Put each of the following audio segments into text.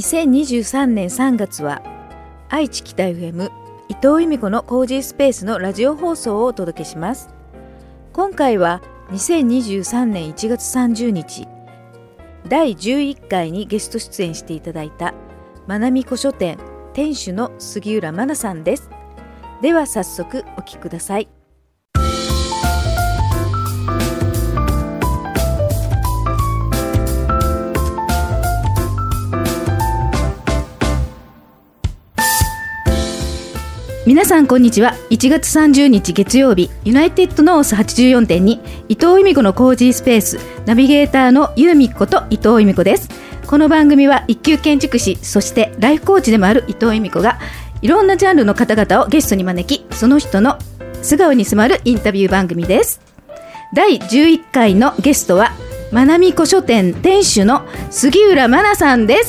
2023年3月は愛知北 FM 伊藤由美子のコージースペースのラジオ放送をお届けします。今回は2023年1月30日第11回にゲスト出演していただいたまなみ古書店店主の杉浦真奈さんです。では早速お聞きください。皆さんこんにちは。1月30日月曜日、ユナイテッドノース 84.2 伊藤由美子のコージースペースナビゲーターの由美子と伊藤由美子です。この番組は一級建築士、そしてライフコーチでもある伊藤由美子がいろんなジャンルの方々をゲストに招き、その人の素顔に迫るインタビュー番組です。第11回のゲストはまなみ古書店店主の杉浦真奈さんです。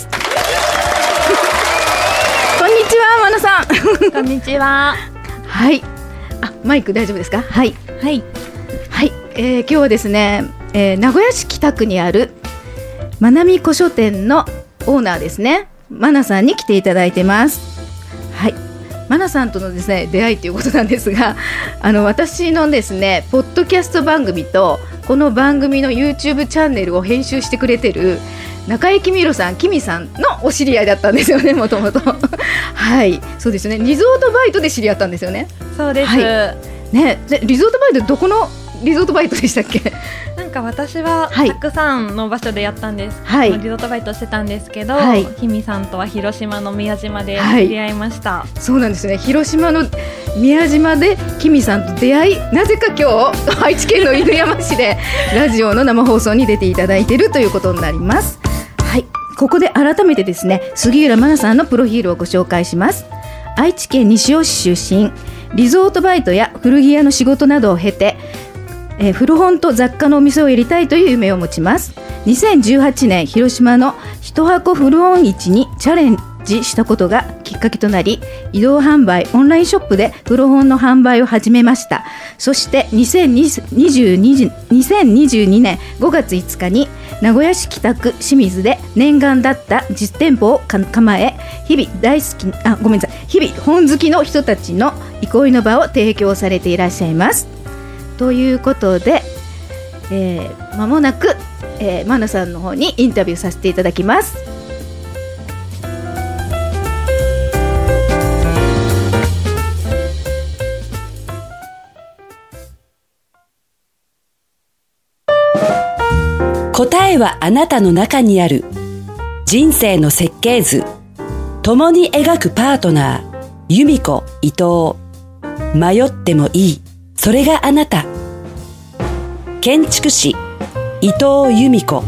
こんにちは、真奈さん。 こんにちは。 はい。マイク大丈夫ですか？はい。 はい。 はい。今日はですね、名古屋市北区にあるまなみ古書店のオーナーですね、真奈さんに来ていただいてます。はい。真奈さんとのですね出会いということなんですが、私のですねポッドキャスト番組とこの番組の YouTube チャンネルを編集してくれてる中井きみろさん、きみさんのお知り合いだったんですよね、もともと。はい、そうですね。リゾートバイトで知り合ったんですよね。 そうです。 はい、ね、でリゾートバイトどこのリゾートバイトでしたっけ？ なんか私はたくさんの場所でやったんです。 はい、 リゾートバイトしてたんですけど、 はい、 きみさんとは広島の宮島で知り合いました。 はい、そうなんですね。広島の宮島できみさんと出会い、なぜか今日愛知県の犬山市でラジオの生放送に出ていただいているということになります。はい、ここで改めてですね、杉浦真奈さんのプロフィールをご紹介します。愛知県西尾市出身、リゾートバイトや古着屋の仕事などを経て、古本と雑貨のお店をやりたいという夢を持ちます。2018年広島の一箱古本市にチャレンジしたことがきっかけとなり、移動販売オンラインショップで古本の販売を始めました。そして2022年5月5日に名古屋市北区清水で念願だった実店舗を構え、日々本好きの人たちの憩いの場を提供されていらっしゃいます。ということで、間もなく、真奈さんの方にインタビューさせていただきます。 答えはあなたの中にある。人生の設計図、共に描くパートナー、由美子伊藤。迷ってもいい、それがあなた。建築士伊藤由美子。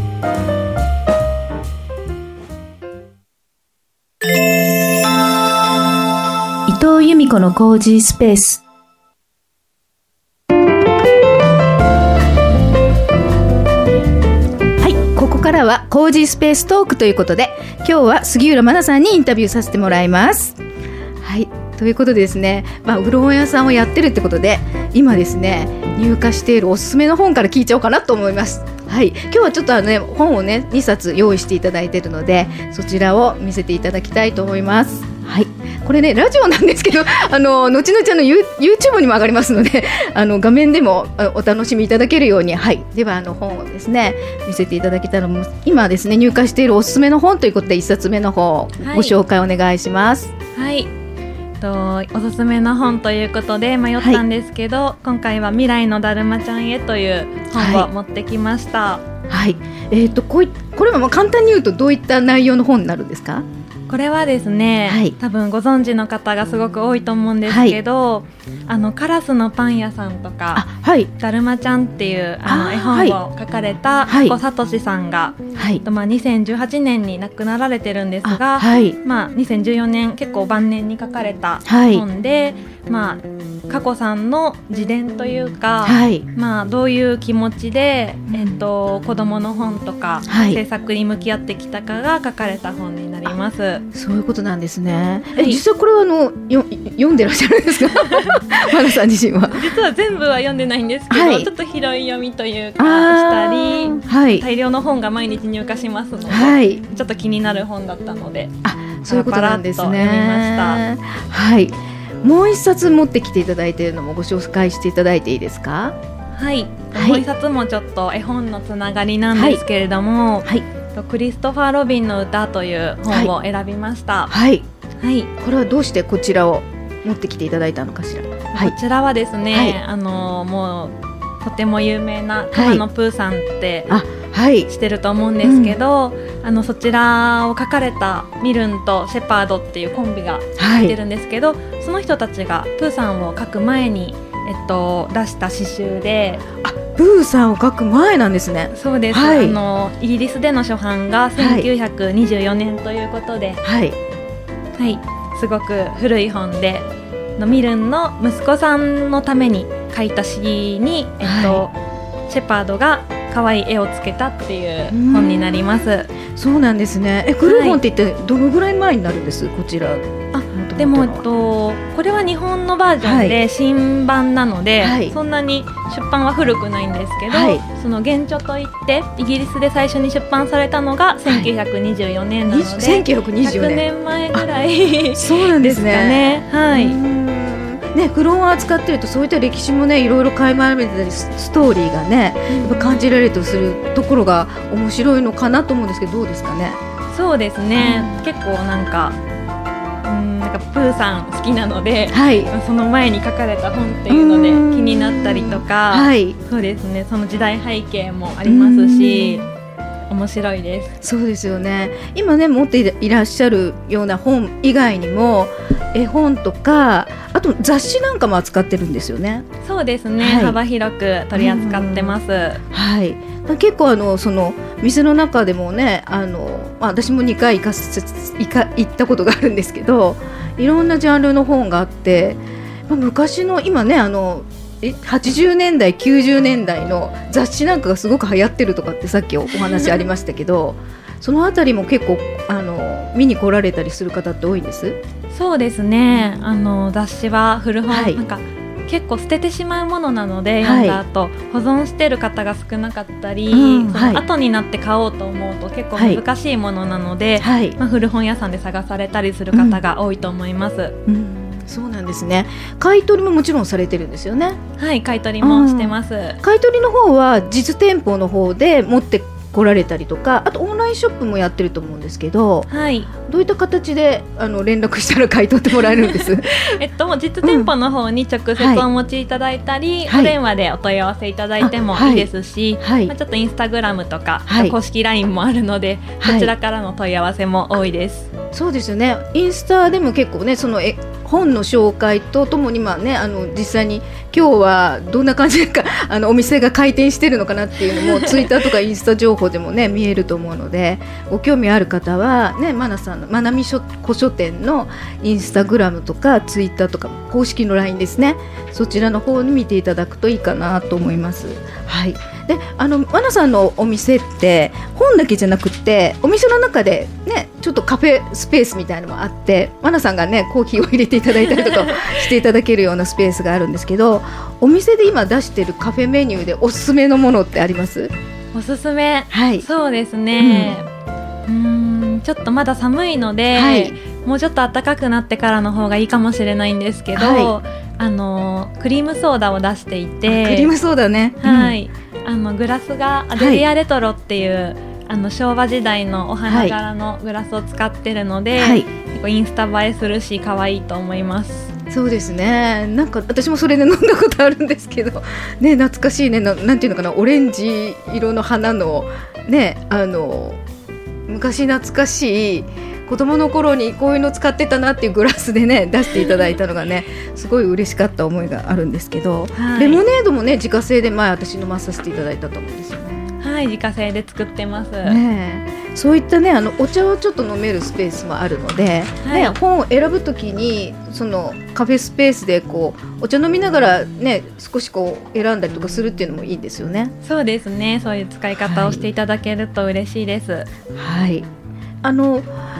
伊藤由美子のコージースペース。ここからはコージースペーストークということで、今日は杉浦真奈さんにインタビューさせてもらいます。はい、ということでですね、古本屋さんをやってるってことで、今ですね入荷しているおすすめの本から聞いちゃおうかなと思います。はい、今日はちょっと本をね2冊用意していただいているので、そちらを見せていただきたいと思います。はい、これねラジオなんですけど、後々YouTube にも上がりますので、画面でもお楽しみいただけるように、はい、では本をですね見せていただけたら、今ですね入荷しているおすすめの本ということで1冊目の方、ご紹介お願いします。 はい、おすすめの本ということで迷ったんですけど、今回は未来のだるまちゃんへという本を持ってきました。 はい、これは簡単に言うとどういった内容の本になるんですか？ これはですね、はい、多分ご存知の方がすごく多いと思うんですけど、カラスのパン屋さんとか、はい、だるまちゃんっていう絵本を書かれた加古聡さんが、はい、2018年に亡くなられてるんですが、はい、2014年結構晩年に書かれた本で、はい、加古さんの自伝というか、はい、どういう気持ちで、子どもの本とか、はい、制作に向き合ってきたかが書かれた本になります。 ります。 そういうことなんですね。実際これは読んでらっしゃるんですかマナさん自身は。 実は全部は読んでないんですけど、ちょっと拾い読みというかしたり、大量の本が毎日入荷しますので、ちょっと気になる本だったので、 そういうことなんですね。 パラッと読みました。 はい。もう一冊持ってきていただいているのもご紹介していただいていいですか。 はい、もう一冊もちょっと絵本のつながりなんですけれども、クリストファー・ロビンの歌という本を選びました。これはどうしてこちらを持ってきていただいたのかしら。こちらはですね、もうとても有名な熊野プーさんってしてると思うんですけど、そちらを書かれたミルンとシェパードっていうコンビが書いてるんですけど、その人たちがプーさんを書く前に、出した詩集で、 プーさんを書く前なんですね。 そうです、イギリスでの初版が1924年ということで、すごく古い本で、ミルンの息子さんのために書いた詩に、シェパードが可愛い絵をつけたっていう本になります。 そうなんですね。古い本って言ってどのぐらい前になるんですこちら。 でもこれは日本のバージョンで新版なので、そんなに出版は古くないんですけど、その原著といってイギリスで最初に出版されたのが1924年なので、100年前ぐらいそうなんですね。古本を扱ってるとそういった歴史もねいろいろ垣間見れたりストーリーがねやっぱ感じられるとするところが面白いのかなと思うんですけど、どうですかね。 そうですね、結構なんかプーさん好きなので、その前に書かれた本っていうので気になったりとか、そうですね、その時代背景もありますし面白いです。 そうですよね。今ね持っていらっしゃるような本以外にも絵本とかあと雑誌なんかも扱ってるんですよね。 そうですね、幅広く取り扱ってます。 結構その店の中でもね私も2回行ったことがあるんですけど、いろんなジャンルの本があって、昔の今ね80年代90年代の雑誌なんかがすごく流行ってるとかってさっきお話ありましたけどそのあたりも結構見に来られたりする方って多いんです。 そうですね、雑誌は古本、なんか結構捨ててしまうものなので、読んだ後保存してる方が少なかったり、その後になって買おうと思うと結構難しいものなので、古本屋さんで探されたりする方が多いと思います。 そうなんですね。買い取りももちろんされてるんですよね。 買い取りもしてます。 買い取りの方は実店舗の方で持って来られたりとか、あとオンラインショップもやってると思うんですけど、どういった形で連絡したら買い取ってもらえるんです実店舗の方に直接お持ちいただいたり、お電話でお問い合わせいただいてもいいですし、ちょっとインスタグラムとか、公式 LINE もあるので、こちらからの問い合わせも多いです。 そうですよね。インスタでも結構ねその本の紹介とともに実際に今日はどんな感じでかお店が開店してるのかなっていうのもツイッターとかインスタ情報でもね見えると思うので、ご興味ある方はねマナさんのまなみ古書店のインスタグラムとかツイッターとか公式の LINE ですね、そちらの方に見ていただくといいかなと思います。でマナさんのお店って本だけじゃなくてお店の中でねちょっとカフェスペースみたいなのもあって、マナさんがねコーヒーを入れていただいたりとかしていただけるようなスペースがあるんですけど、お店で今出してるカフェメニューでおすすめのものってあります？ おすすめ、そうですね、ちょっとまだ寒いので、もうちょっと暖かくなってからの方がいいかもしれないんですけど、クリームソーダを出していて、 クリームソーダね、 グラスがアデリアレトロっていう、昭和時代のお花柄のグラスを使ってるので、結構インスタ映えするし可愛いと思います。 そうですね、なんか私もそれで飲んだことあるんですけど、ね、懐かしいね、なんていうのかな、オレンジ色の花の、ね、昔懐かしい子供の頃にこういうの使ってたなっていうグラスでね出していただいたのがねすごい嬉しかった思いがあるんですけど、レモネードもね自家製で前私飲まさせていただいたと思うんですよね。 自家製で作ってます、 そういったねお茶をちょっと飲めるスペースもあるので、本を選ぶときにそのカフェスペースでこうお茶飲みながらね少しこう選んだりとかするっていうのもいいですよね。 そうですね、そういう使い方をしていただけると嬉しいです。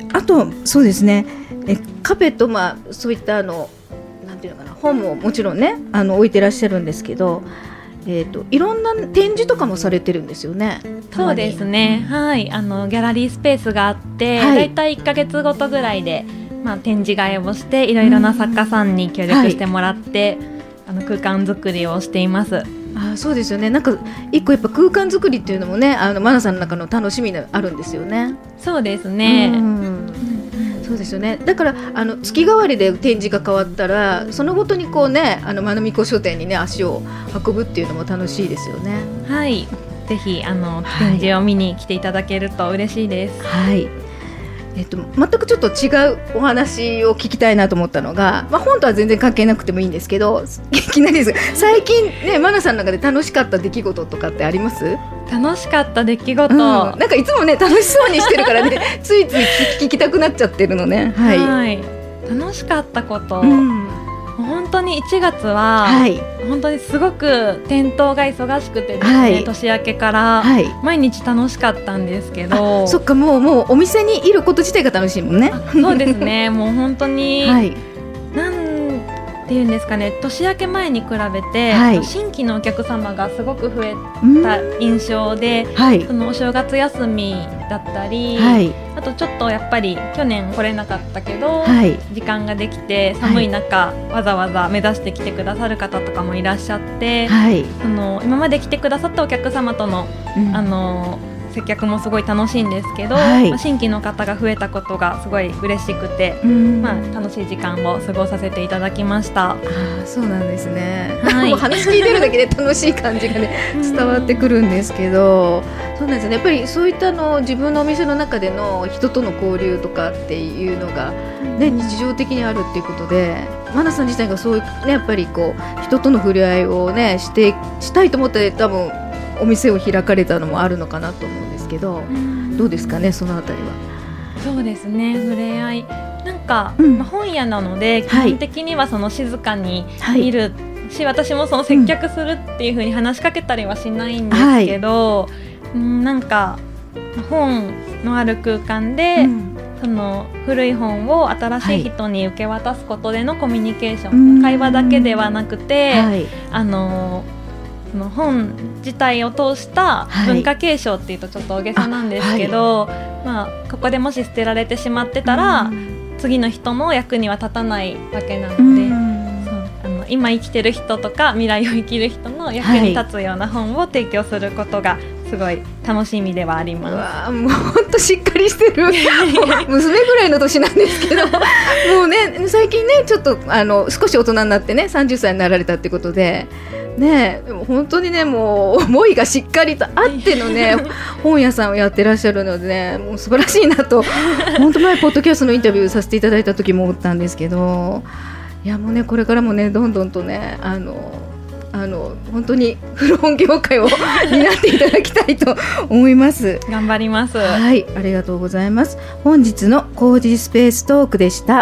あとそうですね、カフェと、そういったなんていうのかな、本ももちろんね置いてらっしゃるんですけど、いろんな展示とかもされてるんですよね。 そうですね、はい、ギャラリースペースがあって、だいたい1ヶ月ごとぐらいで、展示会をしていろいろな作家さんに協力してもらって、空間作りをしています。 そうですよね。なんか一個やっぱ空間作りっていうのもね、マナさんの中の楽しみがあるんですよね。 そうですね、 そうですよね。だから月替わりで展示が変わったら、そのごとにこうね、まなみこ書店にね足を運ぶっていうのも楽しいですよね。 はい、ぜひ展示を見に来ていただけると嬉しいです。 はい。全くちょっと違うお話を聞きたいなと思ったのが、本とは全然関係なくてもいいんですけど、いきなりです。最近ね、マナさんの中で楽しかった出来事とかってあります？ 楽しかった出来事、 なんかいつもね楽しそうにしてるからねついつい聞きたくなっちゃってるのね。はい、 楽しかったこと、本当に1月は、本当にすごく店頭が忙しくてですね、年明けから毎日楽しかったんですけど、 そっか、もうお店にいること自体が楽しいもんね。 そうですねもう本当に、なんていうんですかね、年明け前に比べて、新規のお客様がすごく増えた印象で、そのお正月休みだったり、あとちょっとやっぱり去年来れなかったけど、時間ができて寒い中、わざわざ目指して来てくださる方とかもいらっしゃって、今まで来てくださったお客様との、接客もすごい楽しいんですけど、新規の方が増えたことがすごい嬉しくて、楽しい時間を過ごさせていただきました。 そうなんですね、もう話聞いてるだけで楽しい感じがね伝わってくるんですけど、そうなんですね。やっぱりそういった自分のお店の中での人との交流とかっていうのが、ね、日常的にあるっていうことで、マナさん自体がそういう、ね、やっぱりこう人との触れ合いをねしたいと思って多分お店を開かれたのもあるのかなと思うんですけど、どうですかね、そのあたりは。 そうですね、触れ合いなんか、本屋なので基本的にはその静かに見るし、私もその接客するっていう風に話しかけたりはしないんですけど、なんか本のある空間で、その古い本を新しい人に受け渡すことでのコミュニケーション、会話だけではなくて、その本自体を通した文化継承っていうとちょっと大げさなんですけど、ここでもし捨てられてしまってたら、次の人の役には立たないわけなので、今生きてる人とか未来を生きる人の役に立つような本を提供することがすごい楽しみではあります。 もうほんとしっかりしてる娘ぐらいの年なんですけどもうね、最近ねちょっと少し大人になってね30歳になられたってことでね、でも本当にねもう思いがしっかりとあってのね本屋さんをやってらっしゃるのでね、もう素晴らしいなと本当前ポッドキャストのインタビューさせていただいた時も思ったんですけど、いやもうねこれからもねどんどんとね本当に古本業界を担っていただきたいと思います。 頑張ります。 はい、ありがとうございます。本日のコージースペーストークでした。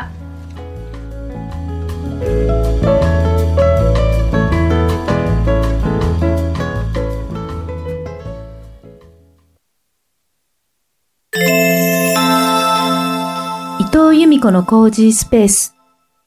伊藤由美子のコージースペース。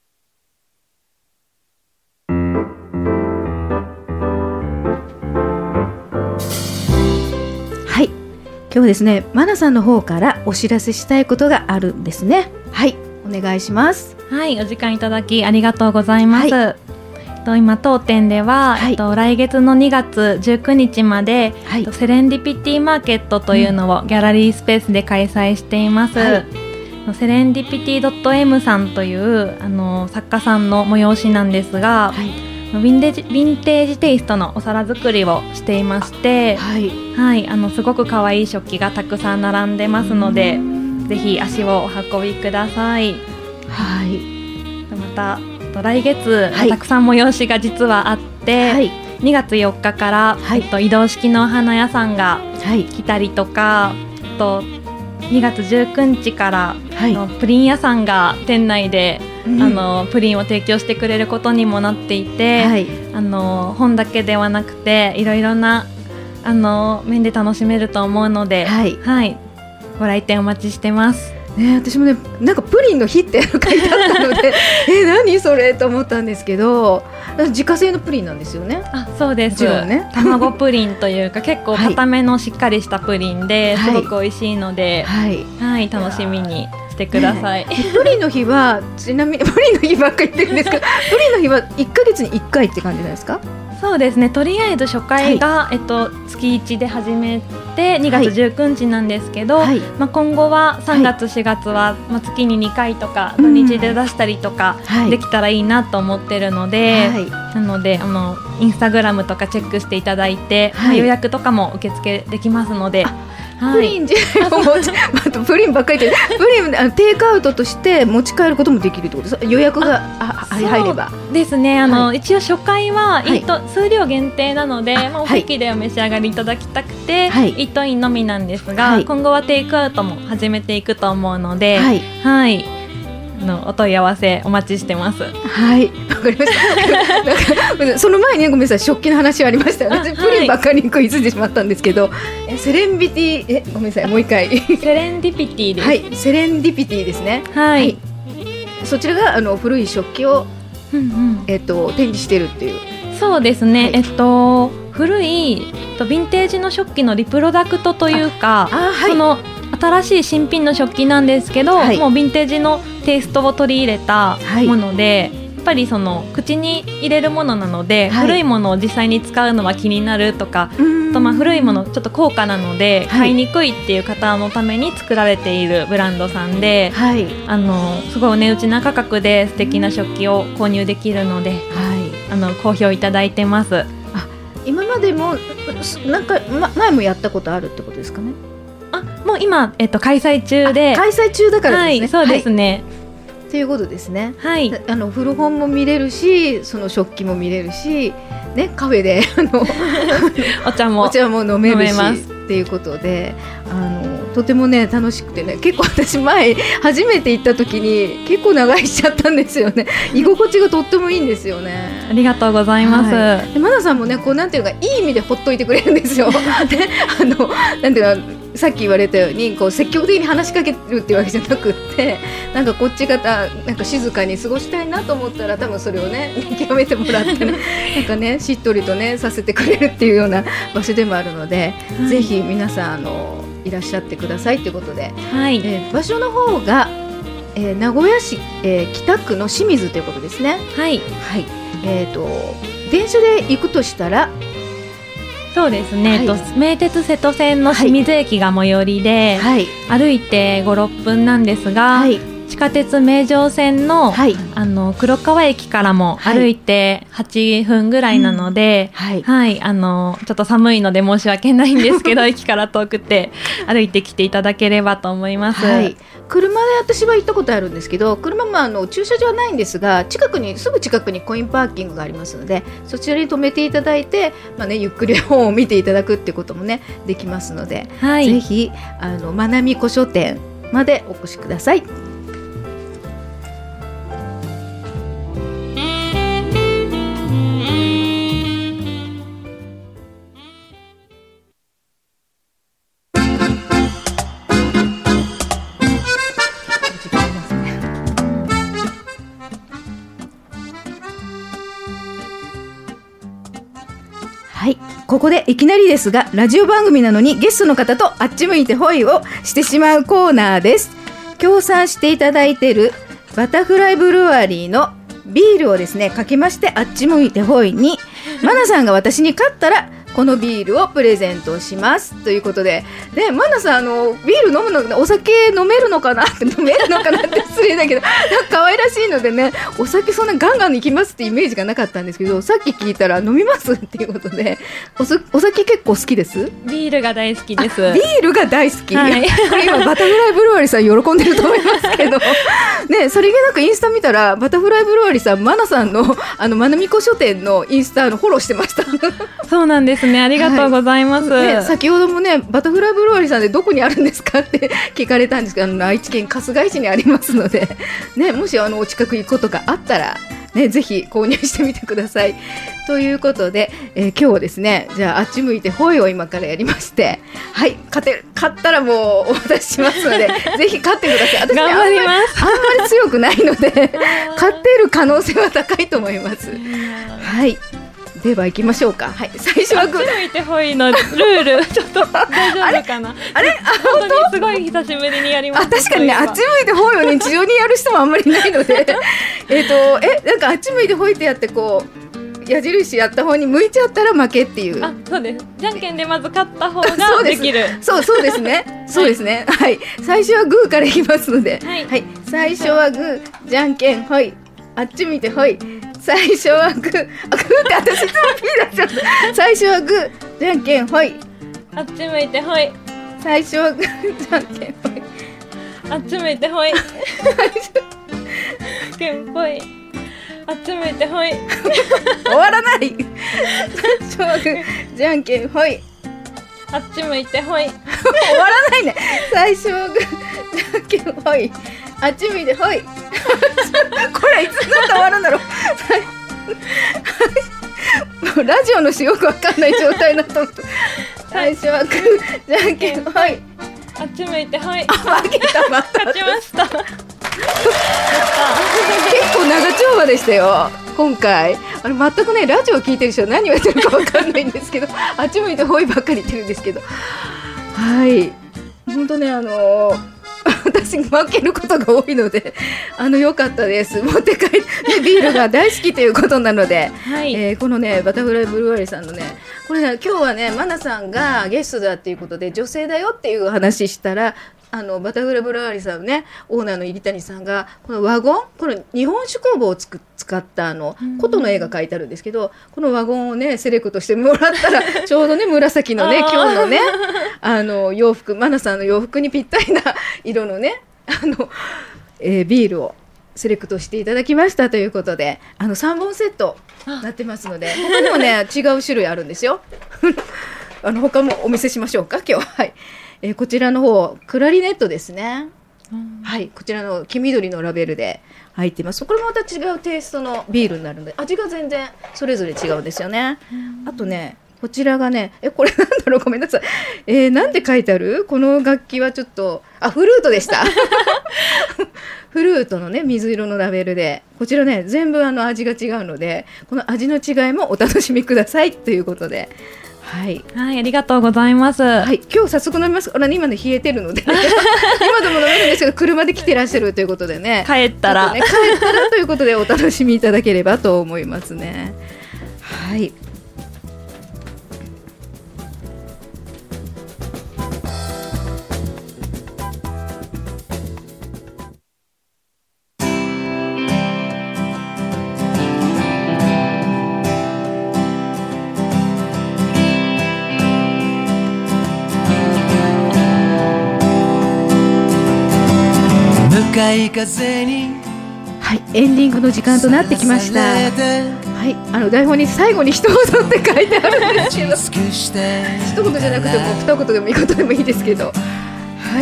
はい、今日はですね、マナさんの方からお知らせしたいことがあるんですね。はい、お願いします。 はい、お時間いただきありがとうございます。今当店では、来月の2月19日まで、セレンディピティマーケットというのをギャラリースペースで開催しています。セレンディピティ .m さんという作家さんの催しなんですが、ヴィンテージテイストのお皿作りをしていまして、すごく可愛い食器がたくさん並んでますので、ぜひ足をお運びください。また来月、たくさん催しが実はあって、2月4日から、移動式のお花屋さんが来たりとか、2月19日から、プリン屋さんが店内で、プリンを提供してくれることにもなっていて、本だけではなくていろいろな面で楽しめると思うので、ご来店お待ちしてます。 ね、私もねなんかプリンの日って書いてあったので何それと思ったんですけど、自家製のプリンなんですよね。 あ、そうです、 ね、 卵プリンというか結構固めのしっかりしたプリンで、はい、すごく美味しいので、はいはい、楽しみにしてください、 プリンの日はちなみにプリンの日ばっかり言ってるんですけどプリンの日は1ヶ月に1回って感じなんですか？ そうですね、とりあえず初回が、はい、月1で始めて2月19日なんですけど、はい今後は3月、4月は、月に2回とか土日で出したりとかできたらいいなと思ってるので、なのでインスタグラムとかチェックしていただいて、予約とかも受付できますので、 プリン自体もプリンばっかりでプリンテイクアウトとして持ち帰ることもできるってことですか？予約が入ればですね、一応初回は数量限定なので、お席でお召し上がりいただきたくて、イートインのみなんですが、今後はテイクアウトも始めていくと思うので、お問い合わせお待ちしてます。 はい、わかりましたその前にごめんなさい、食器の話ありました。私プリンばっかり食いついてしまったんですけど、セレンビティごめんなさいもう一回セレンディピティです。 はい、セレンディピティですね。はい、そちらが古い食器を、展示してるっていう。 そうですね、古いヴィンテージの食器のリプロダクトというか、その新しい新品の食器なんですけど、もうヴィンテージのテイストを取り入れたもので、やっぱりその口に入れるものなので、古いものを実際に使うのは気になるとか、古いものちょっと高価なので買いにくいっていう方のために作られているブランドさんで、すごいお値打ちな価格で素敵な食器を購入できるので、好評いただいてます。 今までもなんか、前もやったことあるってことですかね？ もう今、開催中で。 開催中だからですね。 そうですね、 ということですね。古本も見れるし、その食器も見れるし、ね、カフェでお茶も飲めるしっていうことで、とてもね楽しくてね、結構私前初めて行った時に結構長居しちゃったんですよね。居心地がとってもいいんですよね。 ありがとうございます。 でマナさんもね、こうなんていうかいい意味でほっといてくれるんですよ。でなんていうかさっき言われたようにこう積極的に話しかけるっていうわけじゃなくって、なんかこっち方なんか静かに過ごしたいなと思ったら多分それをね極めてもらってねなんかねしっとりとねさせてくれるっていうような場所でもあるので、ぜひ皆さんいらっしゃってくださいということで、場所の方が、名古屋市、北区の清水ということですね。電車で行くとしたら、 そうですね、名鉄瀬戸線の清水駅が最寄りで、歩いて 5,6 分なんですが、地下鉄名城線の、黒川駅からも歩いて8分ぐらいなので、ちょっと寒いので申し訳ないんですけど駅から遠くて歩いてきていただければと思います。 車で私は行ったことあるんですけど、車も駐車場はないんですが、すぐ近くにコインパーキングがありますので、そちらに止めていただいて、ゆっくり本を見ていただくってこともねできますので、ぜひまなみ古書店までお越しください。ここでいきなりですが、ラジオ番組なのにゲストの方とあっち向いてホイをしてしまうコーナーです。協賛していただいているバタフライブルワリーのビールをですねかけまして、あっち向いてホイにマナさんが私に勝ったらこのビールをプレゼントしますということで、マナさんビール飲むのお酒飲めるのかなってって失礼だけどなんか可愛らしいのでね、お酒そんなガンガン行きますってイメージがなかったんですけど、さっき聞いたら飲みますっていうことで、お酒結構好きです？ ビールが大好きです。 ビールが大好き、これ今バタフライブルワリーさん喜んでると思いますけどね、さりげなくインスタ見たらバタフライブルワリーさんマナさんのまなみ古書店のインスタのフォローしてましたそうなんですね、ありがとうございます。 先ほどもね、バタフライブルワリーさんでどこにあるんですかって聞かれたんですけど、愛知県春日井市にありますので、もしお近く行くことがあったらね、ぜひ購入してみてください。ということで、今日はですね、じゃああっち向いてほいを今からやりまして、はい、勝ったらもうお渡ししますのでぜひ勝ってください。私ね、 頑張ります。 あんまり強くないので勝っている可能性は高いと思います。はい、では行きましょうか。はい、最初はグー。あっち向いてほいのルールちょっと大丈夫かな。あれ本当にすごい久しぶりにやります。 確かにね、あっち向いてほいをね、日常にやる人もあんまりいないのでなんかあっち向いてほいってやってこう矢印やった方に向いちゃったら負けっていう。 あ、そうです。じゃんけんでまず勝った方ができる。 そうですね。そうですね。はい。最初はグーからいきますので、はい。最初はグー、じゃんけんほい。あっち向いてほい。最初はグー。グーって私いつもピー出しちゃった。最初はグー、じゃんけんほい。 あっち向いてほい。 最初はグー、じゃんけんほい。 あっち向いてほい。けんぽい。あっち向いてほい。 終わらない。最初はグー、じゃんけんほい。 あっち向いてほい。 終わらないね。最初はグー、じゃんけんほい。あっち向いてほい。これいつだって終わるんだろう。もうラジオのしよくわかんない状態だと思う。最初はグー、じゃんけんほい。 あっち向いてほい。 負けた。 勝ちました。結構長丁場でしたよ今回。全くね、ラジオ聞いてる人は何をやってるかわかんないんですけどあっち向いてほいばっかり言ってるんですけど、はい、本当ね、私負けることが多いので良かったです。持って帰って、ね、ビールが大好きということなので、はい、このねバタフライブルワリーさんのね、これね、今日はねマナさんがゲストだっていうことで女性だよっていう話したら、バタフライブルワリーさんのねオーナーの入谷さんがこのワゴン、この日本酒工房を使った琴の絵が描いてあるんですけど、このワゴンをねセレクトしてもらったらちょうどね紫のね今日のね洋服、マナさんの洋服にぴったりな色のねビールをセレクトしていただきましたということで、3本セットになってますので、他にもね違う種類あるんですよ。他もお見せしましょうか今日。はい、こちらの方クラリネットですね。はい、こちらの黄緑のラベルで入ってます。これもまた違うテイストのビールになるので味が全然それぞれ違うんですよね。あとね、こちらがね、これなんだろう、ごめんなさい。なんで書いてある？この楽器はちょっとフルートでしたフルートのね水色のラベルで、こちらね全部味が違うので、この味の違いもお楽しみくださいということで、はい、 はい、ありがとうございます。 はい、今日早速飲みます。今ね冷えてるので、今でも飲めるんですけど車で来てらっしゃるということでね、 帰ったらということでお楽しみいただければと思いますね。はい、はい、エンディングの時間となってきました。はい、台本に最後に一言って書いてあるんですけど一言じゃなくても二言でもいいことでもいいですけど、はい、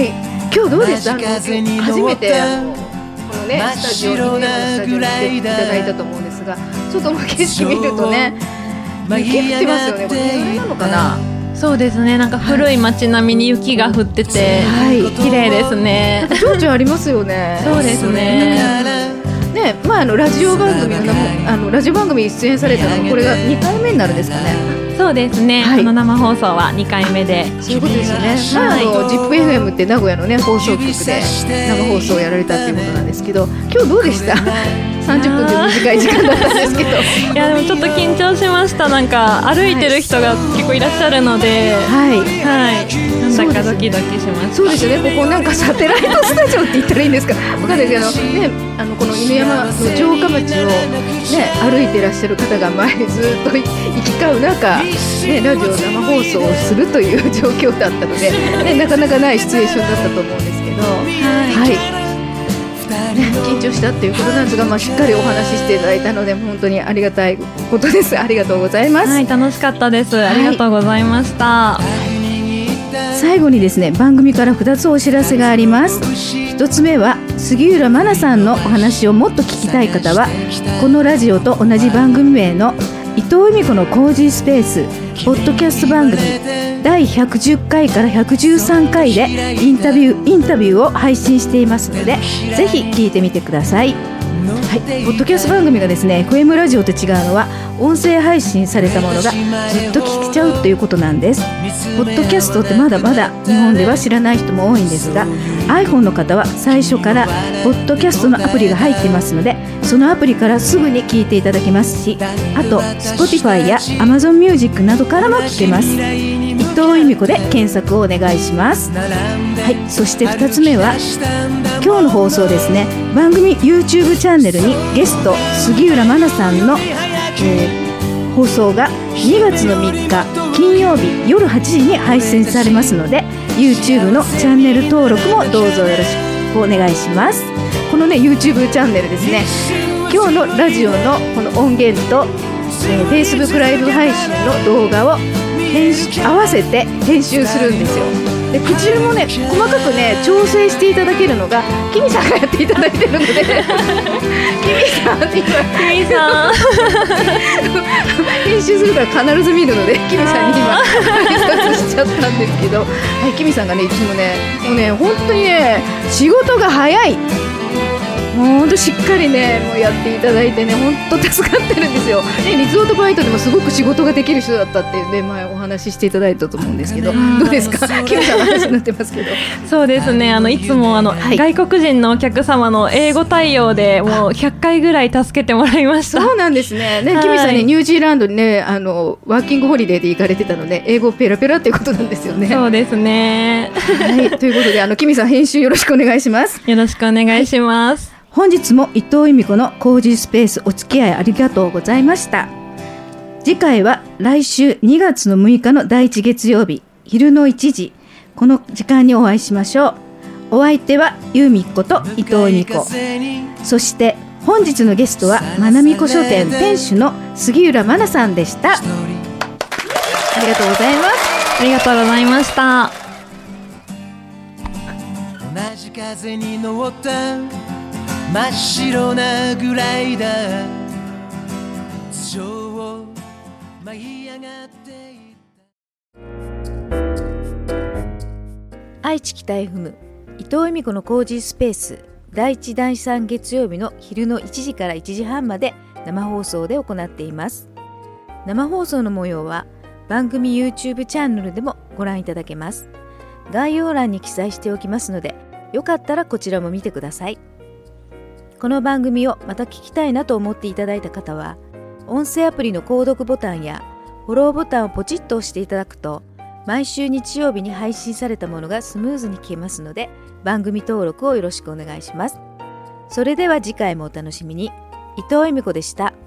今日どうでした？初めてこのねスタジオに来ていただいたと思うんですが、外の景色見るとね雪降ってますよね。これ何なのかな？ そうですね、なんか古い街並みに雪が降ってて、はい、綺麗ですね。 情緒ありますよね。 そうですね。 ね、ラジオ番組に出演されたのこれが2回目になるんですかね。 そうですね、はい、生放送は2回目で。 そういうことですよね。ZIPFM って名古屋のね放送局で生放送をやられたっていうことなんですけど、今日どうでした？30分で短い時間だったんですけどいやでもちょっと緊張しました。なんか歩いてる人が結構いらっしゃるので、はい、はい、なんだかドキドキしました。 そうですよね。ここなんかサテライトスタジオって言ったらいいんですかわかんないですけどね、この犬山の城下町をね歩いてらっしゃる方が前ずっと行き交う中、ね、ラジオ生放送をするという状況だったので、ね、なかなかないシチュエーションだったと思うんですけど、はい、緊張したっていうことなんですが、しっかりお話ししていただいたので本当にありがたいことです。ありがとうございます。 はい、楽しかったです。ありがとうございました。 最後にですね、番組から2つお知らせがあります。1 1つ目は杉浦真菜さんのお話をもっと聞きたい方は、このラジオと同じ番組名の伊藤由美子のコージースペースポッドキャスト番組第110回から113回でインタビューを配信していますので、ぜひ聞いてみてください。はい、ポッドキャスト番組がですね FM ラジオと違うのは、音声配信されたものがずっと聞けちゃうということなんです。ポッドキャストってまだまだ日本では知らない人も多いんですが、 iPhone の方は最初からポッドキャストのアプリが入っていますので、そのアプリからすぐに聞いていただけますし、あと Spotify や Amazon Music などからも聞けます。伊藤由美子で検索をお願いします。はい、そして2つ目は今日の放送ですね。番組 YouTube チャンネルにゲスト杉浦真菜さんの、放送が2月の3日金曜日夜8時に配信されますので、 YouTube のチャンネル登録もどうぞよろしくお願いします。このね YouTube チャンネルですね、今日のラジオのこの音源と、Facebook ライブ配信の動画を合わせて編集するんですよ。で口もね細かくね調整していただけるのがキミさんがやっていただいてるのでキミさんって今編集するから必ず見るので、キミさんに今挨拶しちゃったんですけど、はい、キミさんがねいつもねもうね本当にね仕事が早い、もう本当しっかりねもうやっていただいてね、本当助かってるんですよ。ね、リゾートバイトでもすごく仕事ができる人だったっていうね、前お話ししていただいたと思うんですけど、どうですか、キムさんの話になってますけど。 そうですね、いつもはい、外国人のお客様の英語対応でもう100回ぐらい助けてもらいました。 そうなんですね。キミさんねニュージーランドにねワーキングホリデーで行かれてたので、英語ペラペラっていうことなんですよね。 そうですね。 はい、ということでキミさん編集よろしくお願いします。 よろしくお願いします。 本日も伊藤由美子のコージースペースお付き合いありがとうございました。次回は来週2月の6日の第1月曜日昼の1時、この時間にお会いしましょう。お相手は由美子と伊藤由美子、そして本日のゲストはまなみこ書店店主の杉浦真菜さんでした。ありがとうございます。 ありがとうございました。 同じ風に乗った真っ白なグライダー、頭上を舞い上がっていた。愛知北 FM 伊藤由美子のコージースペース、第1第3月曜日の昼の1時から1時半まで生放送で行っています。生放送の模様は番組 YouTube チャンネルでもご覧いただけます。概要欄に記載しておきますので、よかったらこちらも見てください。この番組をまた聞きたいなと思っていただいた方は、音声アプリの購読ボタンやフォローボタンをポチッと押していただくと、毎週日曜日に配信されたものがスムーズに聞けますので、番組登録をよろしくお願いします。それでは次回もお楽しみに。伊藤由美子でした。